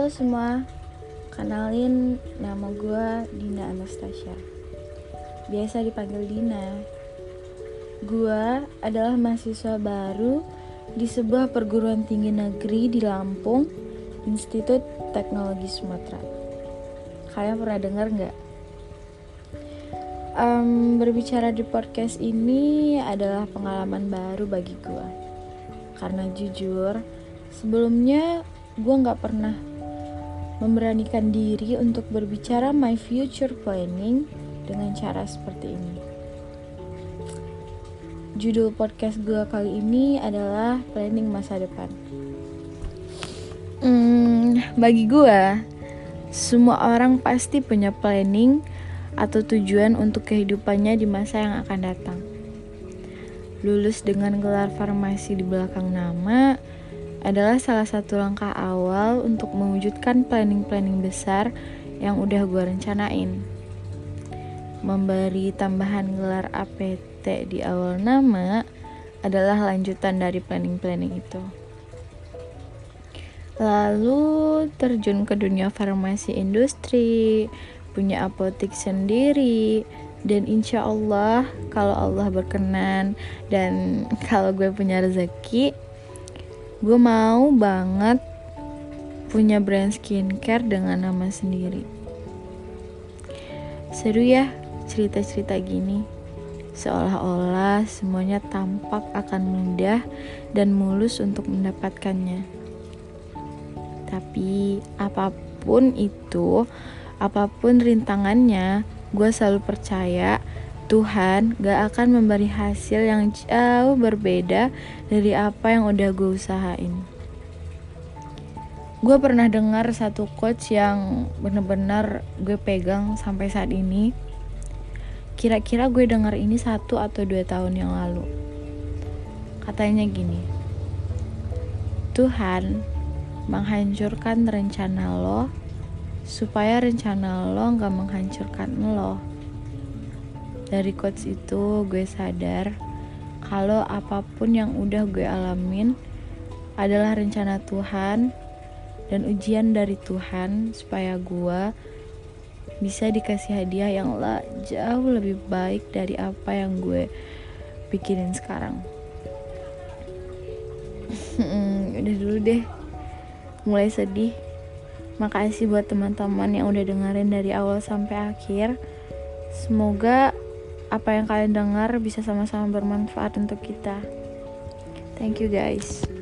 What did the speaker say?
Halo semua, kenalin nama gue Dina Anastasia. Biasa dipanggil Dina. Gue adalah mahasiswa baru di sebuah perguruan tinggi negeri di Lampung, Institut Teknologi Sumatera. Kalian pernah dengar nggak? Berbicara di podcast ini adalah pengalaman baru bagi gue. Karena jujur, sebelumnya gue gak pernah memberanikan diri untuk berbicara my future planning dengan cara seperti ini. Judul podcast gue kali ini adalah planning masa depan. Bagi gue, semua orang pasti punya planning atau tujuan untuk kehidupannya di masa yang akan datang. Lulus dengan gelar farmasi di belakang nama adalah salah satu langkah awal untuk mewujudkan planning-planning besar yang udah gue rencanain. Memberi tambahan gelar APT di awal nama adalah lanjutan dari planning-planning itu. Lalu terjun ke dunia farmasi industri, punya apotek sendiri, dan insya Allah kalau Allah berkenan dan kalau gue punya rezeki, gue mau banget punya brand skincare dengan nama sendiri. Seru ya cerita-cerita gini. Seolah-olah semuanya tampak akan mudah dan mulus untuk mendapatkannya. Tapi apapun itu, apapun rintangannya, gue selalu percaya Tuhan gak akan memberi hasil yang jauh berbeda dari apa yang udah gue usahain. Gue pernah dengar satu quotes yang bener-bener gue pegang sampai saat ini. Kira-kira gue dengar ini 1 atau 2 tahun yang lalu. Katanya gini, Tuhan menghancurkan rencana lo supaya rencana lo gak menghancurkan lo. Dari quotes itu gue sadar kalau apapun yang udah gue alamin adalah rencana Tuhan dan ujian dari Tuhan supaya gue bisa dikasih hadiah yang jauh lebih baik dari apa yang gue pikirin sekarang. Udah dulu deh, mulai sedih. Makasih buat teman-teman yang udah dengerin dari awal sampai akhir. Semoga apa yang kalian dengar bisa sama-sama bermanfaat untuk kita. Thank you guys.